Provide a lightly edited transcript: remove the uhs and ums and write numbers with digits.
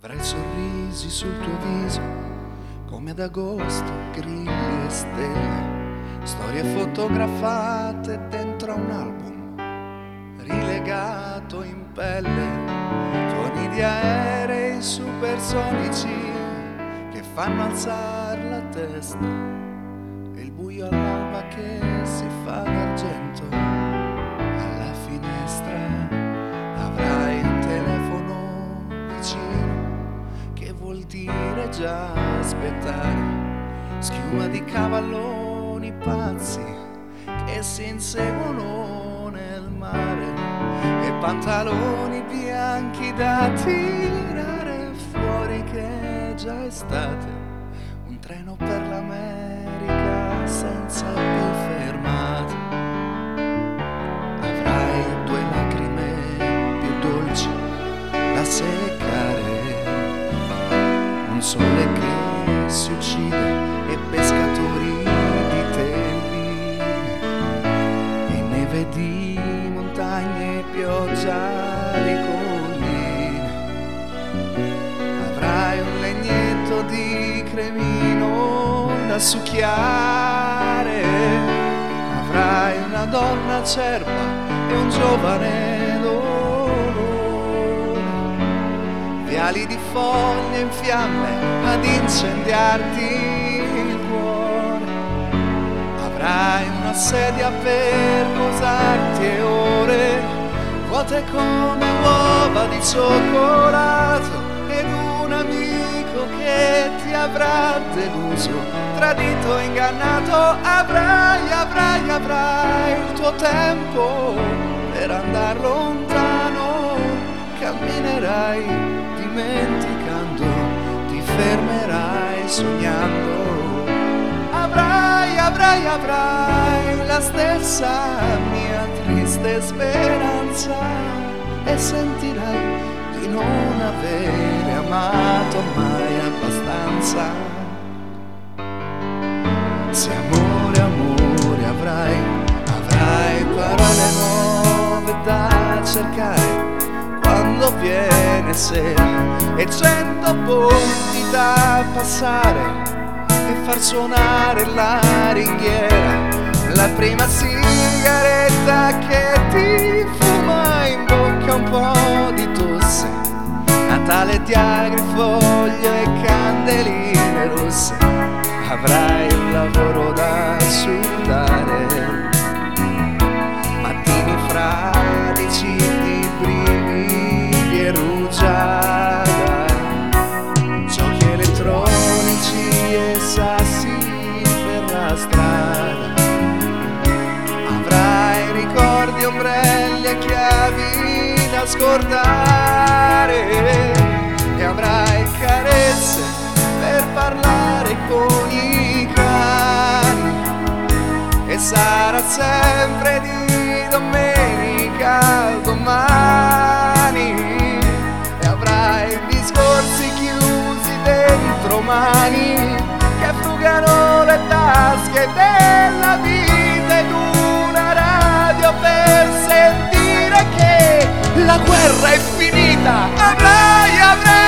Avrai sorrisi sul tuo viso come ad agosto, grilli e stelle, storie fotografate dentro a un album rilegato in pelle, tuoni di aerei supersonici che fanno alzare la testa e il buio all'alba che si fa d'argento alla finestra. Avrai un telefono vicino che vuol dire già aspettare, schiuma di cavalloni pazzi che si inseguono nel mare e pantaloni bianchi da tirare fuori che è già estate, un treno per l'America senza più fermate. Avrai due lacrime più dolci da seccare, un sole che si uccide e pescatori di telline e neve di montagne e pioggia di colline. Avrai un legnetto di cremino da succhiare, avrai una donna acerba e un giovane dolore, viali di foglie in fiamme ad incendiarti il cuore. Avrai una sedia per posarti e ore vuote come uova di cioccolato ed un amico che ti avrà deluso, tradito, ingannato. Avrai il tuo tempo per andar lontano, camminerai dimenticando, ti fermerai sognando. Avrai la stessa mia triste speranza e sentirai di non avere amato mai abbastanza. Se amore avrai parole nuove da cercare quando viene sera e 100 ponti da passare e far suonare la ringhiera, la prima sigaretta che ti fuma in bocca un po' di tosse, Natale di agrifoglio e candeline rosse. Avrai un lavoro da sudare, mattini fradici di brividi e rugiada, giochi elettronici e sassi per la strada. Avrai ricordi, ombrelli e chiavi da scordare e avrai carezze per parlare con i cani e sarà sempre di domenica al domani e avrai discorsi chiusi dentro mani che frugano le tasche della vita ed una radio per sentire che la guerra è finita. Avrai